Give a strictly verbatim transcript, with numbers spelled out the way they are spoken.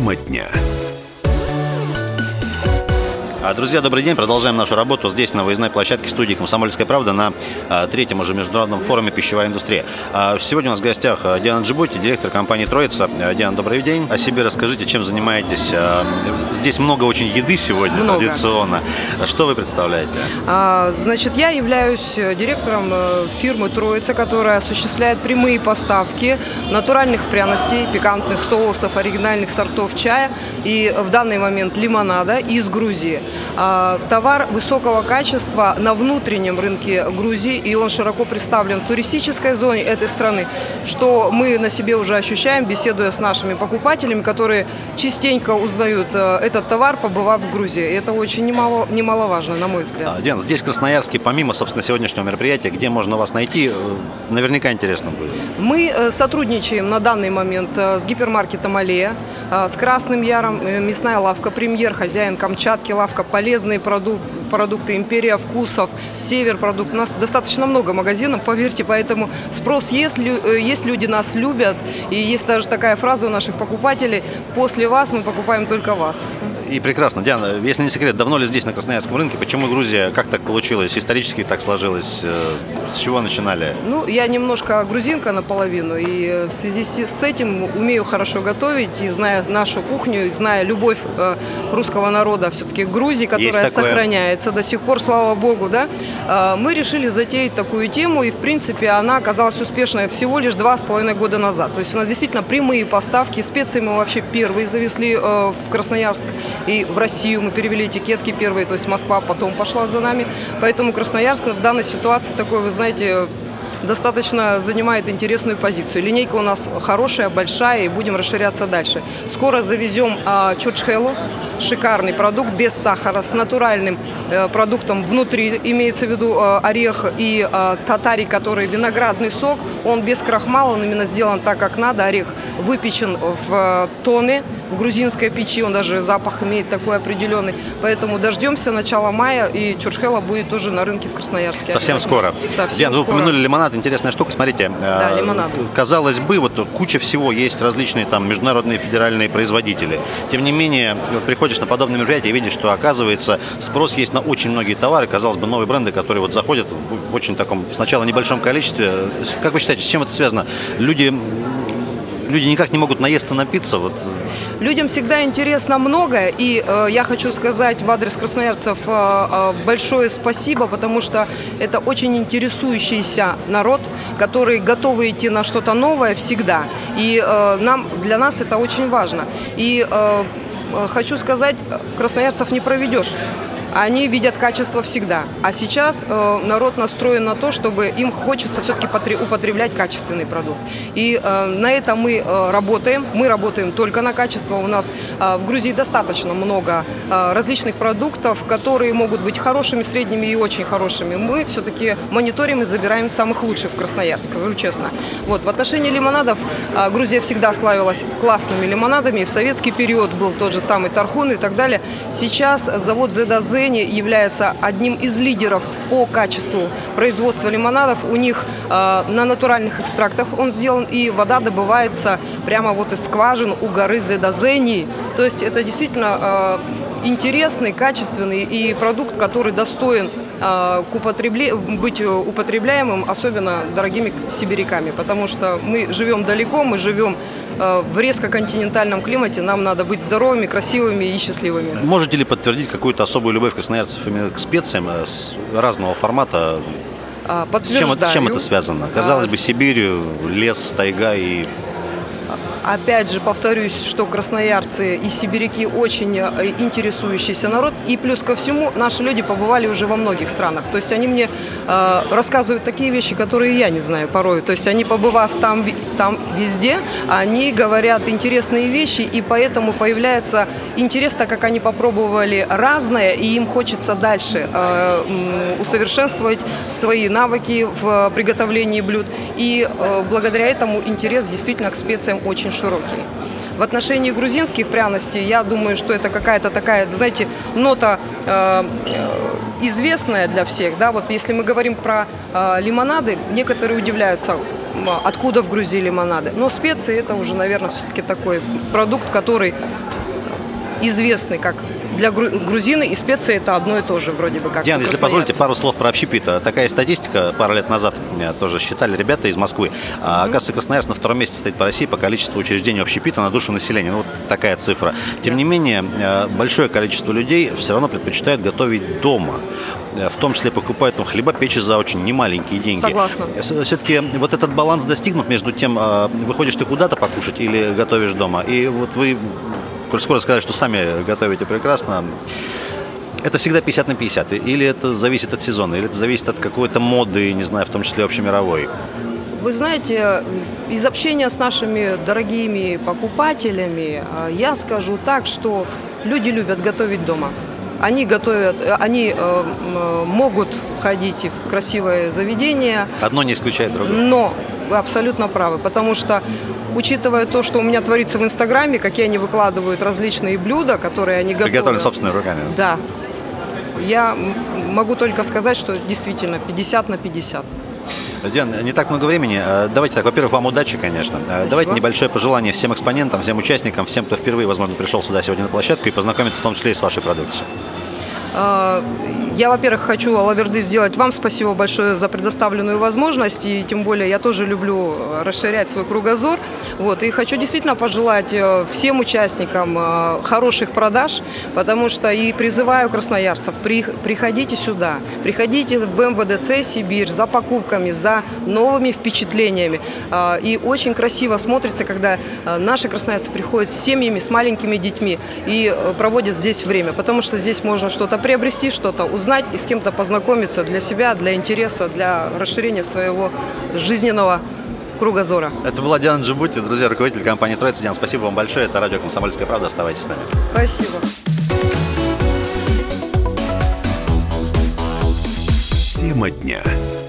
Тема дня. Друзья, добрый день. Продолжаем нашу работу здесь, на выездной площадке студии «Комсомольская правда» на а, третьем уже международном форуме «Пищевая индустрия». А, сегодня у нас в гостях Диана Джибути, директор компании «Троица». Диана, добрый день. О себе расскажите, чем занимаетесь. А, здесь много очень еды сегодня, много. Традиционно. Что вы представляете? А, значит, я являюсь директором фирмы «Троица», которая осуществляет прямые поставки натуральных пряностей, пикантных соусов, оригинальных сортов чая и в данный момент лимонада из Грузии. Товар высокого качества на внутреннем рынке Грузии, и он широко представлен в туристической зоне этой страны, что мы на себе уже ощущаем, беседуя с нашими покупателями, которые частенько узнают этот товар, побывав в Грузии. И это очень немало, немаловажно, на мой взгляд. Диана, здесь в Красноярске, помимо, собственно, сегодняшнего мероприятия, где можно вас найти, наверняка интересно будет. Мы сотрудничаем на данный момент с гипермаркетом «Аллея», с Красным Яром, мясная лавка «Премьер», хозяин Камчатки, лавка «Полезные продукты», продукты «Империя вкусов», «Север» продукт. У нас достаточно много магазинов, поверьте, поэтому спрос есть, есть люди нас любят, и есть даже такая фраза у наших покупателей: «После вас мы покупаем только вас». И прекрасно. Диана, если не секрет, давно ли здесь, на Красноярском рынке? Почему Грузия? Как так получилось? Исторически так сложилось? С чего начинали? Ну, я немножко грузинка наполовину, и в связи с этим умею хорошо готовить, и зная нашу кухню, и зная любовь русского народа все-таки к Грузии, которая сохраняется до сих пор, слава богу, да, мы решили затеять такую тему, и, в принципе, она оказалась успешной всего лишь два с половиной года назад. То есть у нас действительно прямые поставки. Специи мы вообще первые завезли в Красноярск, и в Россию мы перевели этикетки первые, то есть Москва потом пошла за нами. Поэтому Красноярск в данной ситуации такой, вы знаете, достаточно занимает интересную позицию. Линейка у нас хорошая, большая, и будем расширяться дальше. Скоро завезем а, чурчхелу, шикарный продукт, без сахара, с натуральным э, продуктом внутри, имеется в виду э, орех и э, татари, который виноградный сок. Он без крахмала, он именно сделан так, как надо. Орех выпечен в э, тоне, в грузинской печи, он даже запах имеет такой определенный. Поэтому дождемся начала мая, и чурчхела будет тоже на рынке в Красноярске. Совсем скоро. Совсем Диана, вы скоро. упомянули лимонад, интересная штука, смотрите. Да, лимонад. Казалось бы, вот куча всего, есть различные там международные федеральные производители. Тем не менее, вот приходишь на подобные мероприятия и видишь, что, оказывается, спрос есть на очень многие товары. Казалось бы, новые бренды, которые вот заходят в, в очень таком, сначала небольшом количестве. Как вы считаете, с чем это связано? Люди... Люди никак не могут наесться, напиться. Вот. Людям всегда интересно многое, и э, я хочу сказать в адрес красноярцев э, э, большое спасибо, потому что это очень интересующийся народ, который готовы идти на что-то новое всегда, и э, нам, для нас это очень важно. И э, хочу сказать, красноярцев не проведешь. Они видят качество всегда. А сейчас э, народ настроен на то, чтобы им хочется все-таки употреблять качественный продукт. И э, на это мы э, работаем. Мы работаем только на качество. У нас э, в Грузии достаточно много э, различных продуктов, которые могут быть хорошими, средними и очень хорошими. Мы все-таки мониторим и забираем самых лучших в Красноярск, скажу честно. Вот. В отношении лимонадов э, Грузия всегда славилась классными лимонадами. В советский период был тот же самый Тархун и так далее. Сейчас завод «Зедазэ» является одним из лидеров по качеству производства лимонадов. У них э, на натуральных экстрактах он сделан, и вода добывается прямо вот из скважин у горы Зедазени. То есть это действительно э, интересный, качественный и продукт, который достоин э, к употребле... быть употребляемым, особенно дорогими сибиряками, потому что мы живем далеко, мы живем в резко-континентальном климате, нам надо быть здоровыми, красивыми и счастливыми. Можете ли подтвердить какую-то особую любовь красноярцев именно к специям с разного формата? С чем, с чем это связано? Казалось бы, Сибирь, лес, тайга и... Опять же, повторюсь, что красноярцы и сибиряки очень интересующийся народ. И плюс ко всему, наши люди побывали уже во многих странах. То есть они мне э, рассказывают такие вещи, которые я не знаю порой. То есть они, побывав там, там везде, они говорят интересные вещи, и поэтому появляется интерес, так как они попробовали разное, и им хочется дальше э, усовершенствовать свои навыки в приготовлении блюд. И э, благодаря этому интерес действительно к специям очень широкий. В отношении грузинских пряностей, я думаю, что это какая-то такая, знаете, нота э, известная для всех. Да? Вот если мы говорим про э, лимонады, некоторые удивляются, откуда в Грузии лимонады. Но специи — это уже, наверное, все-таки такой продукт, который известны как для грузины, и специи это одно и то же вроде бы как. Диана, если позволите, пару слов про общепит. Такая статистика, пару лет назад тоже считали ребята из Москвы. Mm-hmm. Оказывается, Красноярск на втором месте стоит по России по количеству учреждений общепита на душу населения. Ну, вот такая цифра. Тем не менее, большое количество людей все равно предпочитают готовить дома. В том числе покупают там хлеба, печи за очень немаленькие деньги. Согласна. Все-таки вот этот баланс достигнут между тем, выходишь ты куда-то покушать или готовишь дома. И вот вы, коль скоро сказали, что сами готовите прекрасно, это всегда пятьдесят на пятьдесят? Или это зависит от сезона, или это зависит от какой-то моды, не знаю, в том числе общемировой? Вы знаете, из общения с нашими дорогими покупателями я скажу так, что люди любят готовить дома. Они готовят, они э, могут ходить и в красивое заведение. Одно не исключает другое. Но вы абсолютно правы, потому что, учитывая то, что у меня творится в Инстаграме, какие они выкладывают различные блюда, которые они готовят. Приготовлены собственными руками. Да. Я могу только сказать, что действительно пятьдесят на пятьдесят. Диана, не так много времени. Давайте так, во-первых, вам удачи, конечно. Спасибо. Давайте небольшое пожелание всем экспонентам, всем участникам, всем, кто впервые, возможно, пришел сюда сегодня на площадку и познакомиться в том числе и с вашей продукцией. Я, во-первых, хочу, Алаверды, сделать вам спасибо большое за предоставленную возможность, и тем более я тоже люблю расширять свой кругозор. Вот, и хочу действительно пожелать всем участникам хороших продаж, потому что и призываю красноярцев, при, приходите сюда, приходите в эм вэ дэ цэ «Сибирь» за покупками, за новыми впечатлениями. И очень красиво смотрится, когда наши красноярцы приходят с семьями, с маленькими детьми и проводят здесь время, потому что здесь можно что-то приобрести, что-то узнать и с кем-то познакомиться для себя, для интереса, для расширения своего жизненного кругозора. Это была Диана Джибути, друзья, руководитель компании «Троица». Диана, спасибо вам большое. Это радио «Комсомольская правда». Оставайтесь с нами. Спасибо. Тема дня.